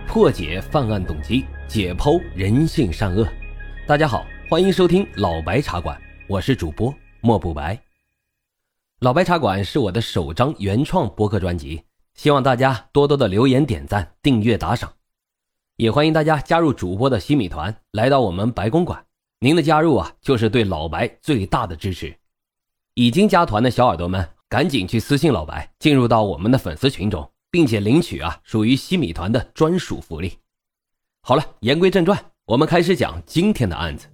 破解犯案动机，解剖人性善恶。大家好，欢迎收听老白茶馆，我是主播莫不白。老白茶馆是我的首张原创播客专辑，希望大家多多的留言点赞订阅打赏，也欢迎大家加入主播的新米团，来到我们白公馆，您的加入就是对老白最大的支持。已经加团的小耳朵们赶紧去私信老白，进入到我们的粉丝群中，并且领取属于西米团的专属福利。好了，言归正传，我们开始讲今天的案子。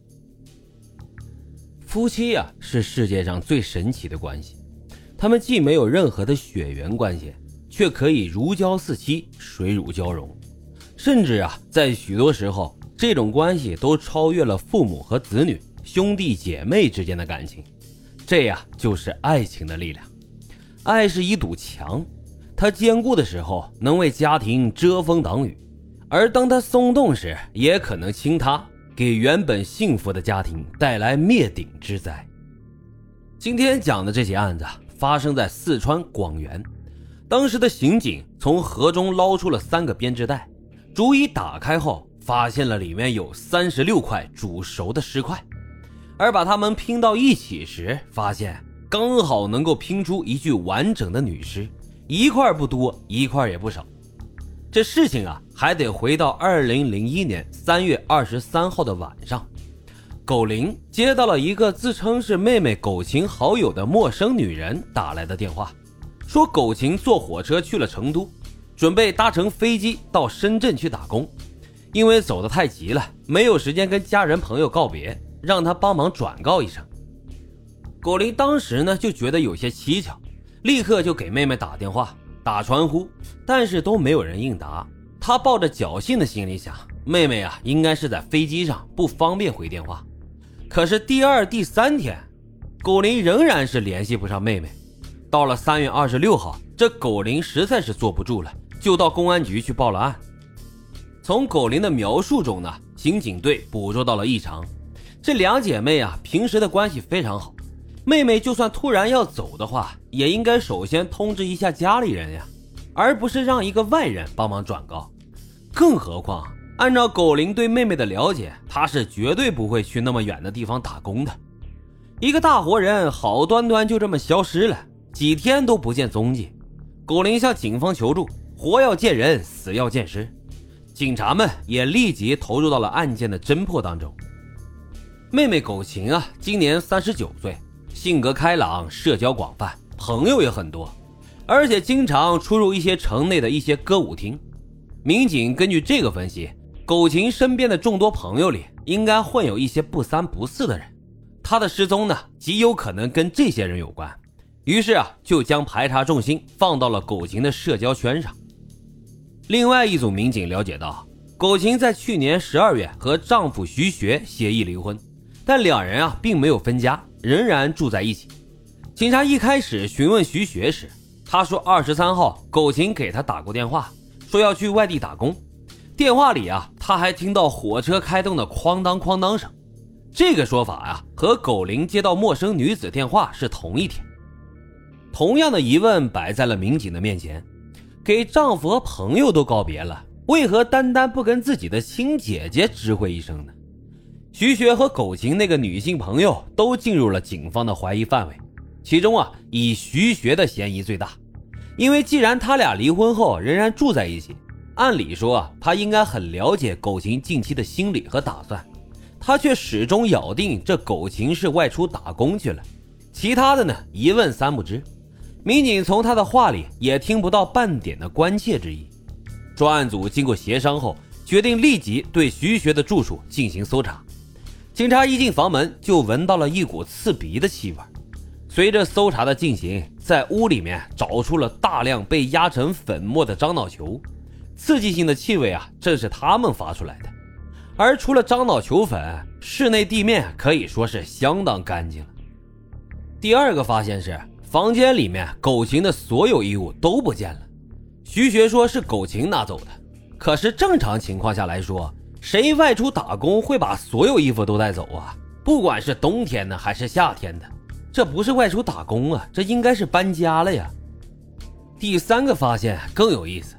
夫妻是世界上最神奇的关系，他们既没有任何的血缘关系，却可以如胶似漆，水乳交融，甚至在许多时候，这种关系都超越了父母和子女、兄弟姐妹之间的感情。这就是爱情的力量。爱是一堵墙，它坚固的时候能为家庭遮风挡雨，而当它松动时也可能倾塌，给原本幸福的家庭带来灭顶之灾。今天讲的这起案子发生在四川广元，当时的刑警从河中捞出了3个编织袋，逐一打开后发现了里面有36块煮熟的尸块，而把它们拼到一起时，发现刚好能够拼出一具完整的女尸，一块不多，一块也不少。这事情还得回到2001年3月23号的晚上，苟玲接到了一个自称是妹妹苟晴好友的陌生女人打来的电话，说苟晴坐火车去了成都，准备搭乘飞机到深圳去打工，因为走得太急了，没有时间跟家人朋友告别，让她帮忙转告一声。苟玲当时就觉得有些蹊跷，立刻就给妹妹打电话打传呼，但是都没有人应答。她抱着侥幸的心理想，妹妹应该是在飞机上不方便回电话。可是第2、第3天，苟玲仍然是联系不上妹妹。到了3月26号，这苟玲实在是坐不住了，就到公安局去报了案。从苟玲的描述中刑警队捕捉到了异常。这2姐妹平时的关系非常好，妹妹就算突然要走的话，也应该首先通知一下家里人呀，而不是让一个外人帮忙转告。更何况按照苟玲对妹妹的了解，她是绝对不会去那么远的地方打工的。一个大活人好端端就这么消失了，几天都不见踪迹。苟玲向警方求助，活要见人，死要见尸。警察们也立即投入到了案件的侦破当中。妹妹苟晴今年39岁，性格开朗，社交广泛，朋友也很多，而且经常出入一些城内的一些歌舞厅。民警根据这个分析，苟晴身边的众多朋友里应该混有一些不三不四的人，她的失踪极有可能跟这些人有关，于是就将排查重心放到了苟晴的社交圈上。另外一组民警了解到，苟晴在去年12月和丈夫徐学协议离婚，但两人并没有分家，仍然住在一起。警察一开始询问徐学时，他说23号苟晴给他打过电话，说要去外地打工。电话里他还听到火车开动的哐当哐当声。这个说法和苟玲接到陌生女子电话是同一天。同样的疑问摆在了民警的面前，给丈夫和朋友都告别了，为何单单不跟自己的亲姐姐知会一声呢？徐学和苟晴那个女性朋友都进入了警方的怀疑范围，其中以徐学的嫌疑最大，因为既然他俩离婚后仍然住在一起，按理说他应该很了解苟晴近期的心理和打算，他却始终咬定这苟晴是外出打工去了，其他的一问三不知。民警从他的话里也听不到半点的关切之意。专案组经过协商后，决定立即对徐学的住处进行搜查。警察一进房门就闻到了一股刺鼻的气味。随着搜查的进行，在屋里面找出了大量被压成粉末的樟脑球，刺激性的气味正是他们发出来的。而除了樟脑球粉，室内地面可以说是相当干净了。第2个发现是房间里面苟晴的所有衣物都不见了。徐学说是苟晴拿走的，可是正常情况下来说，谁外出打工会把所有衣服都带走不管是冬天的还是夏天的，这不是外出打工这应该是搬家了呀。第3个发现更有意思，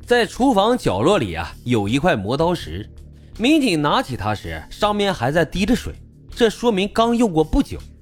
在厨房角落里啊，有一块磨刀石。民警拿起它时，上面还在滴着水，这说明刚用过不久。